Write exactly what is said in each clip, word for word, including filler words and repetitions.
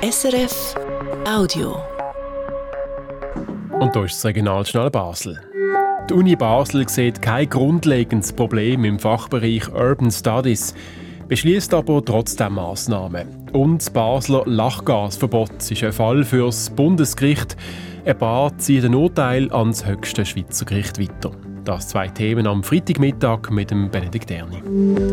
S R F Audio. Und hier ist das Regionaljournal Basel. Die Uni Basel sieht kein grundlegendes Problem im Fachbereich Urban Studies, beschließt aber trotzdem Massnahmen. Und das Basler Lachgasverbot ist ein Fall für das Bundesgericht. Ein paar ziehen den Urteil ans höchste Schweizer Gericht weiter. Das zwei Themen am Freitagmittag mit dem Benedikt Erni.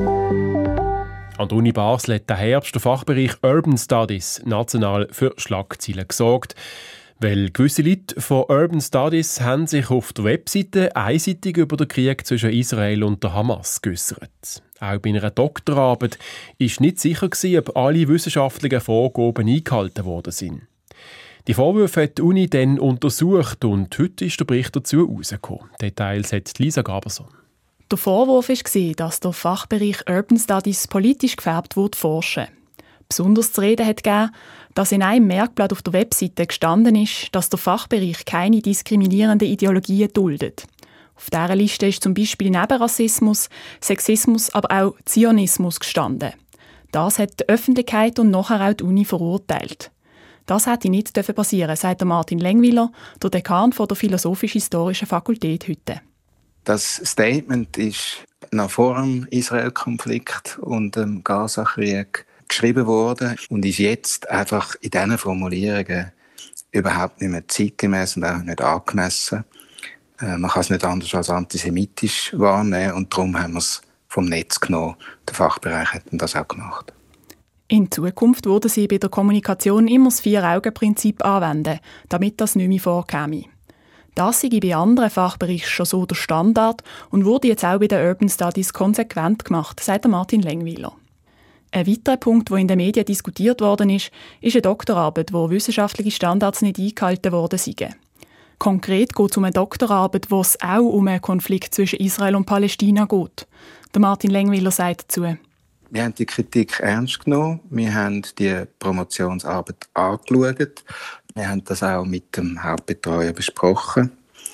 An der Uni Basel hat der Herbst der Fachbereich Urban Studies national für Schlagzeilen gesorgt. Weil gewisse Leute von Urban Studies haben sich auf der Webseite einseitig über den Krieg zwischen Israel und der Hamas geäussert. Auch bei einer Doktorarbeit war nicht sicher, ob alle wissenschaftlichen Vorgaben eingehalten worden sind. Die Vorwürfe hat die Uni dann untersucht und heute ist der Bericht dazu herausgekommen. Details hat Lisa Gaberson. Der Vorwurf war, dass der Fachbereich Urban Studies politisch gefärbt wurde forschen. Besonders zu reden hat gegeben, dass in einem Merkblatt auf der Webseite gestanden ist, dass der Fachbereich keine diskriminierenden Ideologien duldet. Auf dieser Liste ist zum Beispiel neben Rassismus, Sexismus, aber auch Zionismus gestanden. Das hat die Öffentlichkeit und nachher auch die Uni verurteilt. Das hätte nicht passieren dürfen, sagt Martin Lengwiler, der Dekan der Philosophisch-Historischen Fakultät heute. Das Statement ist noch vor dem Israel-Konflikt und dem Gaza-Krieg geschrieben worden und ist jetzt einfach in diesen Formulierungen überhaupt nicht mehr zeitgemäß und auch nicht angemessen. Äh, man kann es nicht anders als antisemitisch wahrnehmen und darum haben wir es vom Netz genommen. Der Fachbereich hat das auch gemacht. In Zukunft würden sie bei der Kommunikation immer das Vier-Augen-Prinzip anwenden, damit das nicht mehr vorkäme. Das sei bei anderen Fachbereichen schon so der Standard und wurde jetzt auch bei den Urban Studies konsequent gemacht, sagt Martin Lengwiler. Ein weiterer Punkt, der in den Medien diskutiert worden ist, ist eine Doktorarbeit, wo wissenschaftliche Standards nicht eingehalten worden sind. Konkret geht es um eine Doktorarbeit, wo es auch um einen Konflikt zwischen Israel und Palästina geht. Der Martin Lengwiler sagt dazu: Wir haben die Kritik ernst genommen. Wir haben die Promotionsarbeit angeschaut. Wir haben das auch mit dem Hauptbetreuer besprochen.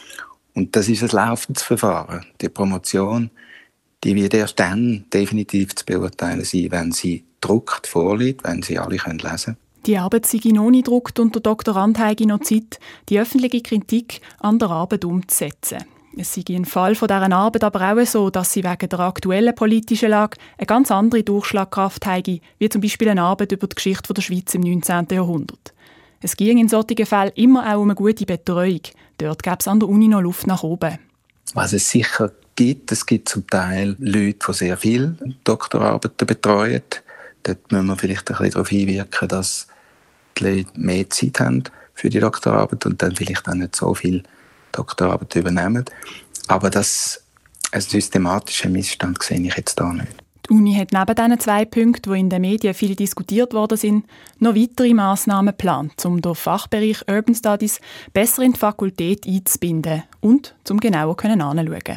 Und das ist ein laufendes Verfahren. Die Promotion, die wird erst dann definitiv zu beurteilen sein, wenn sie gedruckt vorliegt, wenn sie alle lesen können. Die Arbeit sei noch nicht gedruckt und der Doktorand habe noch Zeit, die öffentliche Kritik an der Arbeit umzusetzen. Es sei im Fall von dieser Arbeit aber auch so, dass sie wegen der aktuellen politischen Lage eine ganz andere Durchschlagkraft habe, wie zum Beispiel eine Arbeit über die Geschichte der Schweiz im neunzehnten Jahrhundert. Es ging in solchen Fällen immer auch um eine gute Betreuung. Dort gäbe es an der Uni noch Luft nach oben. Was es sicher gibt, es gibt zum Teil Leute, die sehr viele Doktorarbeiten betreuen. Dort müssen wir vielleicht ein bisschen darauf hinwirken, dass die Leute mehr Zeit haben für die Doktorarbeit und dann vielleicht auch nicht so viel Doktorarbeit übernehmen. Aber das, ein systematischer Missstand sehe ich jetzt da nicht. Die Uni hat neben diesen zwei Punkten, die in den Medien viel diskutiert worden sind, noch weitere Massnahmen geplant, um den Fachbereich Urban Studies besser in die Fakultät einzubinden und um genauer hinzuschauen.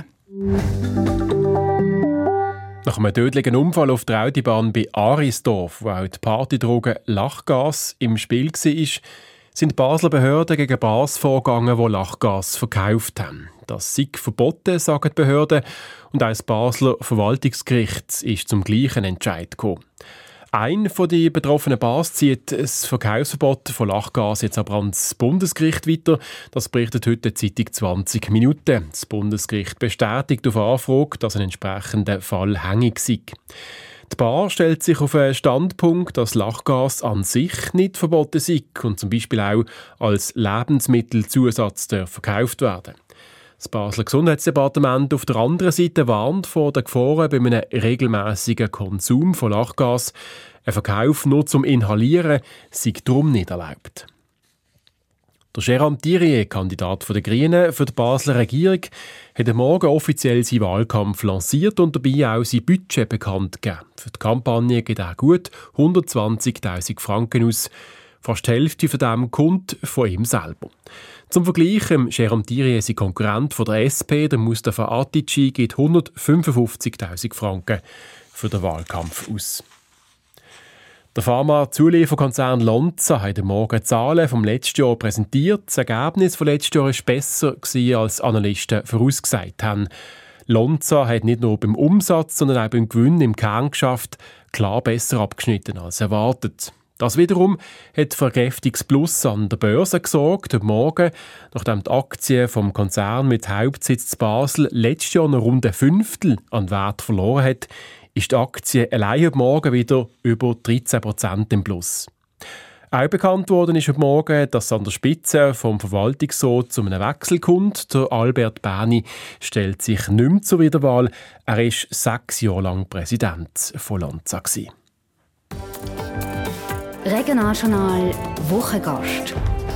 Nach einem tödlichen Unfall auf der Autobahn bei Arisdorf, wo auch die Partydroge Lachgas im Spiel war, sind die Basler Behörden gegen Bars vorgegangen, die Lachgas verkauft haben. Das sei verboten, sagen die Behörden, und auch das Basler Verwaltungsgericht ist zum gleichen Entscheid gekommen. Ein von den betroffenen Bars zieht das Verkaufsverbot von Lachgas jetzt aber ans Bundesgericht weiter. Das berichtet heute die Zeitung zwanzig Minuten. Das Bundesgericht bestätigt auf Anfrage, dass ein entsprechender Fall hängig sei. Die Bar stellt sich auf einen Standpunkt, dass Lachgas an sich nicht verboten sei und zum Beispiel auch als Lebensmittelzusatz verkauft werden. Das Basler Gesundheitsdepartement auf der anderen Seite warnt vor den Gefahren bei einem regelmäßigen Konsum von Lachgas. Ein Verkauf nur zum Inhalieren sei darum nicht erlaubt. Der Jérôme Thirier, Kandidat der Grünen für die Basler Regierung, hat am Morgen offiziell seinen Wahlkampf lanciert und dabei auch sein Budget bekannt gegeben. Für die Kampagne geht er gut hundertzwanzigtausend Franken aus. Fast die Hälfte von dem kommt von ihm selber. Zum Vergleich, Jérôme Thirier, sein Konkurrent von der S P, der Mustafa Atici, gibt hundertfünfundfünfzigtausend Franken für den Wahlkampf aus. Der Pharma-Zulieferkonzern Lonza hat am Morgen Zahlen vom letzten Jahr präsentiert. Das Ergebnis vom letzten Jahr war besser, als Analysten vorausgesagt haben. Lonza hat nicht nur beim Umsatz, sondern auch beim Gewinn im Kerngeschäft klar besser abgeschnitten als erwartet. Das wiederum hat für ein kräftiges Plus an der Börse gesorgt. Heute Morgen, nachdem die Aktien vom Konzern mit Hauptsitz in Basel letztes Jahr noch rund ein Fünftel an Wert verloren hat, ist die Aktie allein heute Morgen wieder über dreizehn Prozent im Plus. Auch bekannt worden ist heute Morgen, dass an der Spitze vom Verwaltungsrat zu einem Wechsel kommt. Der Albert Berni stellt sich nicht mehr zur Wiederwahl. Er war sechs Jahre lang Präsident von Lanza. Regionaljournal Wochengast.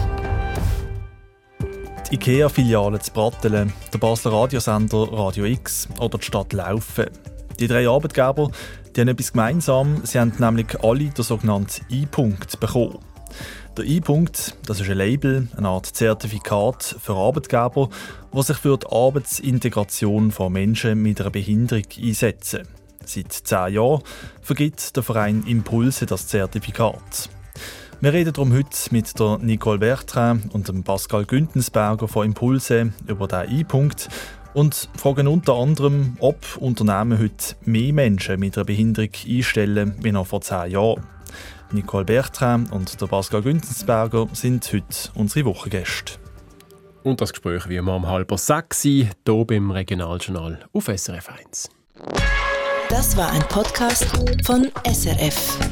Die IKEA-Filiale zu Brattelen, der Basler Radiosender Radio X oder die Stadt Laufen. Die drei Arbeitgeber die haben etwas gemeinsam. Sie haben nämlich alle den sogenannten I-Punkt bekommen. Der I-Punkt, das ist ein Label, eine Art Zertifikat für Arbeitgeber, die sich für die Arbeitsintegration von Menschen mit einer Behinderung einsetzen. Seit zehn Jahren vergibt der Verein Impulse das Zertifikat. Wir reden darum heute mit der Nicole Bertrand und dem Pascal Güntensberger von Impulse über diesen I-Punkt und fragen unter anderem, ob Unternehmen heute mehr Menschen mit einer Behinderung einstellen wie noch vor zehn Jahren. Nicole Bertrand und der Pascal Güntensberger sind heute unsere Wochengäste. Und das Gespräch wie immer um halb sechs hier beim Regionaljournal auf S R F eins. Das war ein Podcast von S R F.